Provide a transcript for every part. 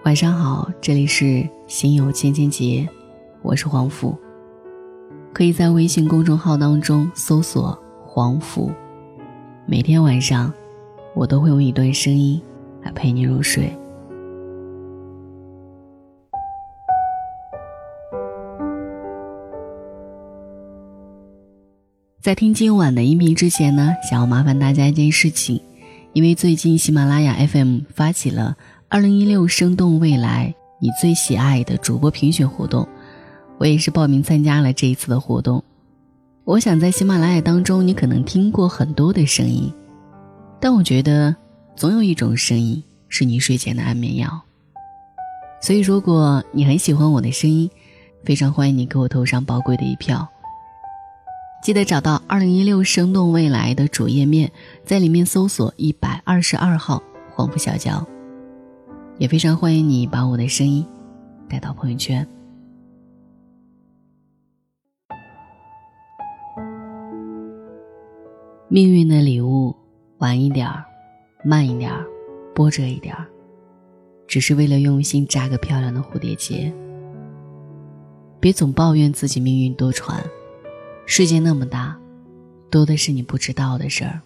晚上好，这里是心有千千结，我是黄甫。可以在微信公众号当中搜索黄甫，每天晚上我都会用一段声音来陪你入睡。在听今晚的音频之前呢，想要麻烦大家一件事情，因为最近喜马拉雅 FM 发起了2016生动未来你最喜爱的主播评选活动，我也是报名参加了这一次的活动。我想在喜马拉雅当中你可能听过很多的声音，但我觉得总有一种声音是你睡前的安眠药。所以如果你很喜欢我的声音，非常欢迎你给我投上宝贵的一票。记得找到2016生动未来的主页面，在里面搜索122号黄甫小娇，也非常欢迎你把我的声音带到朋友圈。命运的礼物，晚一点儿，慢一点儿，波折一点儿，只是为了用心扎个漂亮的蝴蝶结。别总抱怨自己命运多舛，世界那么大，多的是你不知道的事儿。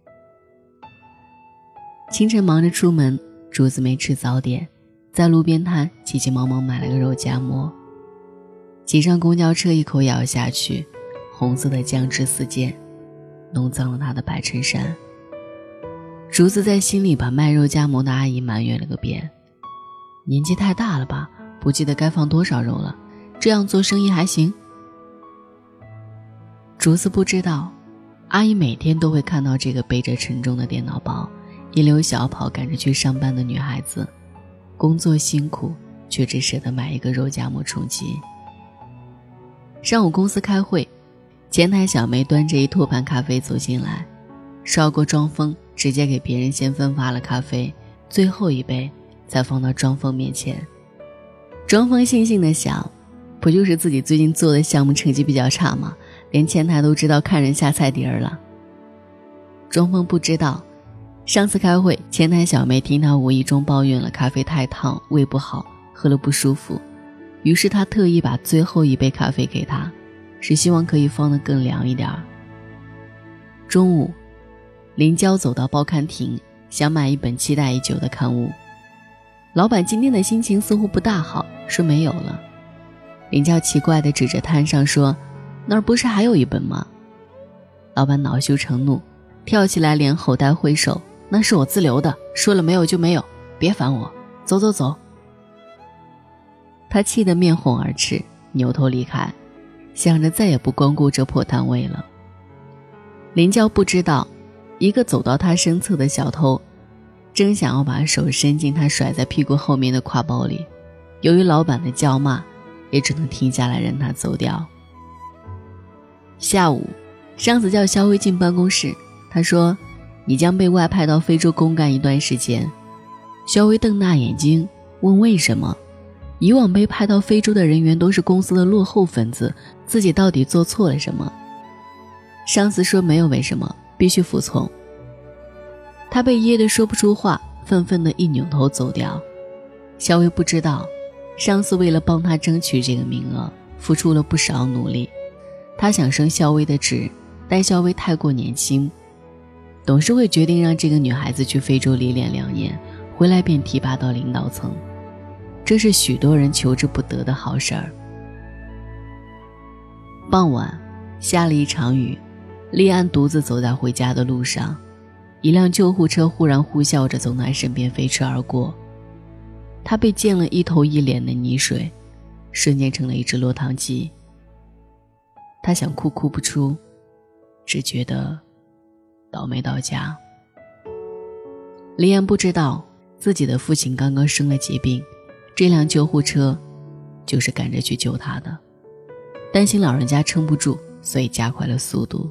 清晨忙着出门，竹子没吃早点，在路边摊急急忙忙买了个肉夹馍。挤上公交车，一口咬下去，红色的酱汁四溅，弄脏了他的白衬衫。竹子在心里把卖肉夹馍的阿姨埋怨了个遍，年纪太大了吧，不记得该放多少肉了，这样做生意还行？竹子不知道，阿姨每天都会看到这个背着沉重的电脑包，一溜小跑赶着去上班的女孩子，工作辛苦，却只舍得买一个肉夹馍充饥。上午公司开会，前台小梅端着一托盘咖啡走进来，烧过庄枫，直接给别人先分发了咖啡，最后一杯才放到庄枫面前。庄枫悻悻地想，不就是自己最近做的项目成绩比较差吗？连前台都知道看人下菜碟儿了。庄枫不知道，上次开会，前台小梅听他无意中抱怨了咖啡太烫，胃不好，喝了不舒服，于是他特意把最后一杯咖啡给他，是希望可以放得更凉一点。中午，林娇走到报刊亭，想买一本期待已久的刊物。老板今天的心情似乎不大好，说没有了。林娇奇怪地指着摊上说，那儿不是还有一本吗？老板恼羞成怒，跳起来连吼带挥手，那是我自留的，说了没有就没有，别烦我，走走走。他气得面红耳赤，扭头离开，想着再也不光顾这破摊位了。林娇不知道，一个走到他身侧的小偷正想要把手伸进他甩在屁股后面的挎包里，由于老板的叫骂，也只能停下来让他走掉。下午，上司叫肖薇进办公室，他说，你将被外派到非洲公干一段时间。肖薇瞪大眼睛问为什么，以往被派到非洲的人员都是公司的落后分子，自己到底做错了什么？上司说没有为什么，必须服从。他被噎得说不出话，愤愤地一扭头走掉。肖薇不知道，上司为了帮他争取这个名额，付出了不少努力。他想升肖薇的职，但肖薇太过年轻，董事会决定让这个女孩子去非洲历练2年，回来便提拔到领导层，这是许多人求之不得的好事儿。傍晚下了一场雨，丽安独自走在回家的路上，一辆救护车忽然呼啸着从他身边飞驰而过，他被溅了一头一脸的泥水，瞬间成了一只落汤鸡。他想哭哭不出，只觉得倒霉到家。丽安不知道自己的父亲刚刚生了疾病，这辆救护车就是赶着去救他的，担心老人家撑不住，所以加快了速度。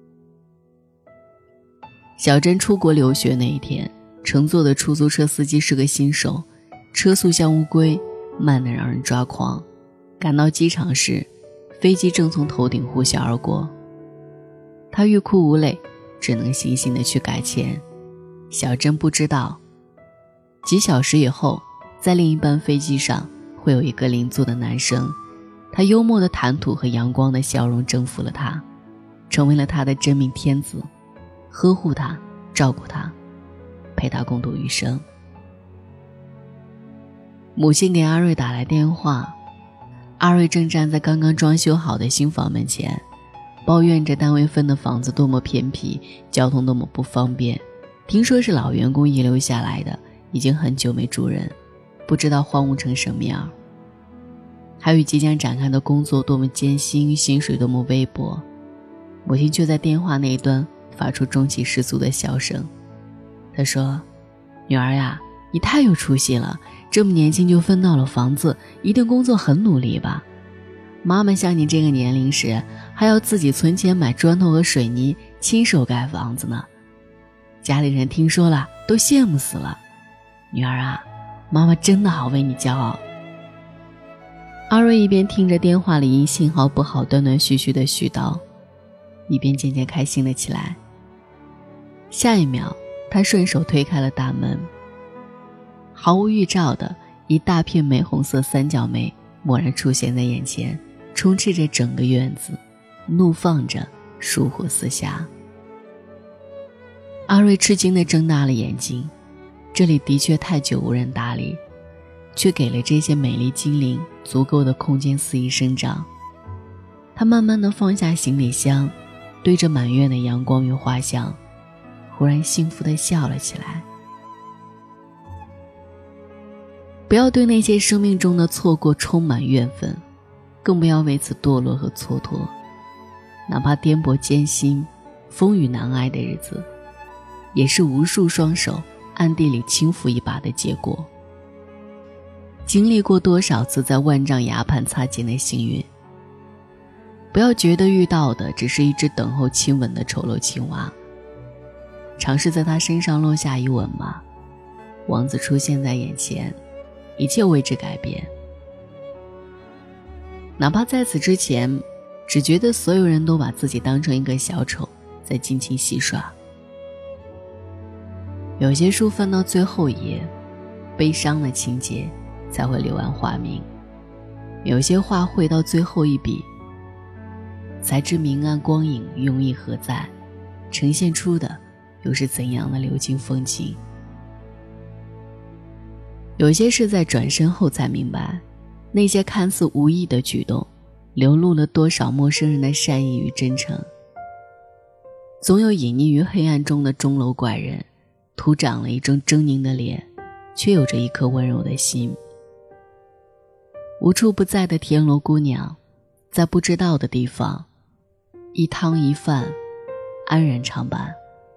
小珍出国留学那一天，乘坐的出租车司机是个新手，车速像乌龟，慢得让人抓狂。赶到机场时，飞机正从头顶呼啸而过，他欲哭无泪，只能悻悻地去改签。小珍不知道，几小时以后， 在另一班飞机上会有一个邻座的男生，他幽默的谈吐和阳光的笑容征服了他，成为了他的真命天子，呵护他，照顾他，陪他共度余生。母亲给阿瑞打来电话，阿瑞正站在刚刚装修好的新房门前，抱怨着单位分的房子多么偏僻，交通多么不方便，听说是老员工遗留下来的，已经很久没住人，不知道荒芜成什么样。还有即将展开的工作多么艰辛，薪水多么微薄，母亲却在电话那一端发出中气十足的笑声。她说：女儿呀，你太有出息了，这么年轻就分到了房子，一定工作很努力吧。妈妈像你这个年龄时，还要自己存钱买砖头和水泥，亲手盖房子呢。家里人听说了都羡慕死了。女儿啊，妈妈真的好为你骄傲。阿瑞一边听着电话里因信号不好断断续续的絮叨，一边渐渐开心了起来。下一秒，他顺手推开了大门，毫无预兆的一大片玫红色三角梅蓦然出现在眼前，充斥着整个院子，怒放着，疏火似霞。阿瑞吃惊地睁大了眼睛，这里的确太久无人打理，却给了这些美丽精灵足够的空间肆意生长。他慢慢地放下行李箱，对着满院的阳光与花香，忽然幸福地笑了起来。不要对那些生命中的错过充满怨愤，更不要为此堕落和蹉跎。哪怕颠簸艰辛，风雨难挨的日子，也是无数双手暗地里轻抚一把的结果。经历过多少次在万丈崖畔擦肩的幸运，不要觉得遇到的只是一只等候亲吻的丑陋青蛙，尝试在他身上落下一吻吧。王子出现在眼前，一切为之改变。哪怕在此之前，只觉得所有人都把自己当成一个小丑，在尽情戏耍。有些书翻到最后一页，悲伤的情节才会柳暗花明；有些画绘到最后一笔，才知明暗光影用意何在，呈现出的又是怎样的流金风情。有些事在转身后才明白，那些看似无意的举动，流露了多少陌生人的善意与真诚。总有隐匿于黑暗中的钟楼怪人，徒长了一张狰狞的脸，却有着一颗温柔的心。无处不在的田螺姑娘，在不知道的地方，一汤一饭，安然常伴。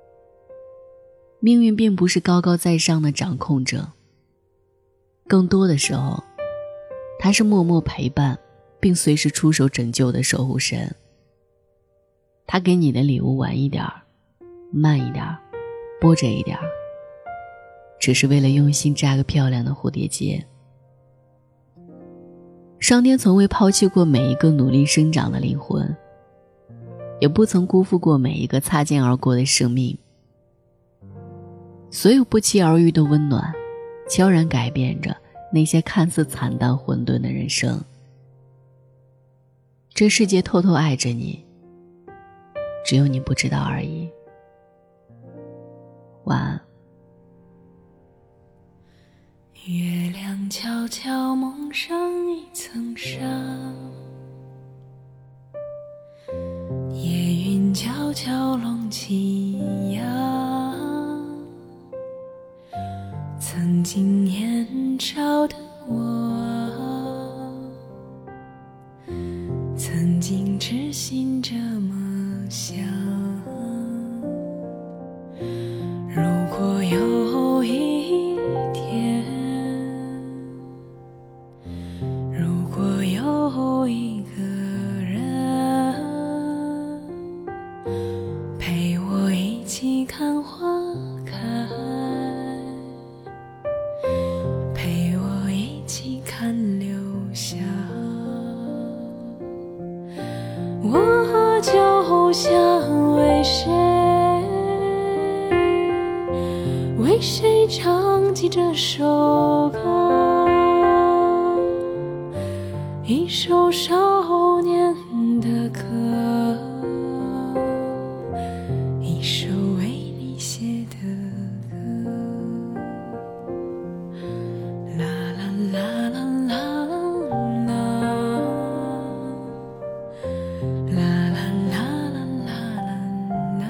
命运并不是高高在上的掌控者，更多的时候，他是默默陪伴并随时出手拯救的守护神。他给你的礼物晚一点，慢一点，波折一点，只是为了用心扎个漂亮的蝴蝶结。上天从未抛弃过每一个努力生长的灵魂，也不曾辜负过每一个擦肩而过的生命。所有不期而遇的温暖，悄然改变着那些看似惨淡混沌的人生。这世界偷偷爱着你，只有你不知道而已。晚安。 月亮悄悄蒙上一层纱，夜云悄悄拢起呀，曾经年少的我，曾经痴心着梦想。如果有一天，如果有一个人陪我一起看花开，陪我一起看流霞，我就想为谁唱起这首歌。 一首少年的歌，一首为你写的歌。啦啦啦啦啦啦，啦啦啦啦啦啦，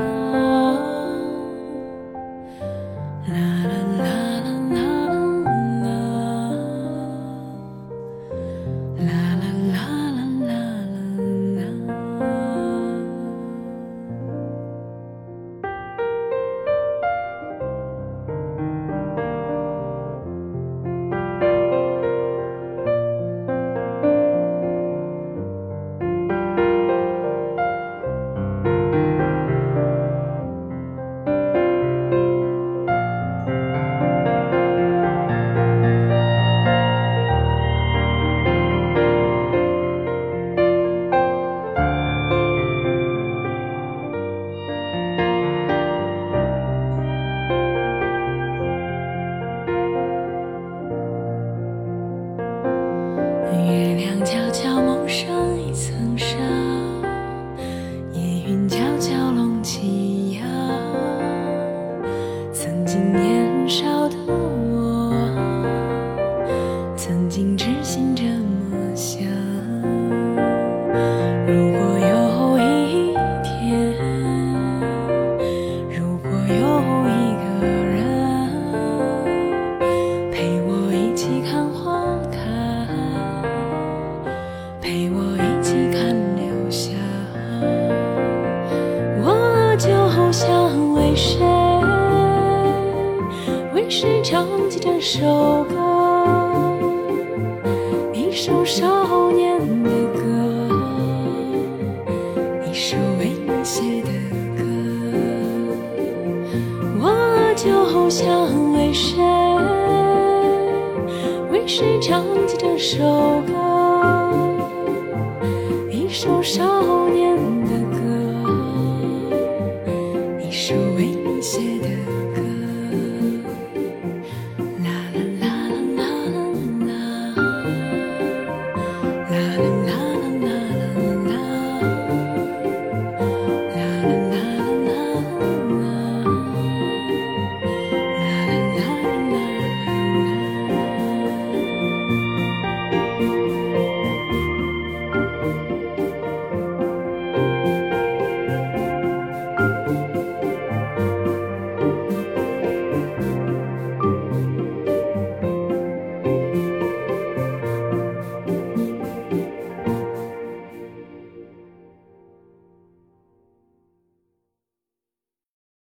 啦啦啦啦啦。月亮悄悄蒙上一层纱，夜云悄悄拢起呀。曾经年少的我，曾经痴心这么想。如果有一天，如果有一个人陪我一起看花开，陪我一起看流霞，我就想为谁唱起这首歌，一首少年的歌，一首为你写的歌。我就想为谁唱起这首歌，一首少年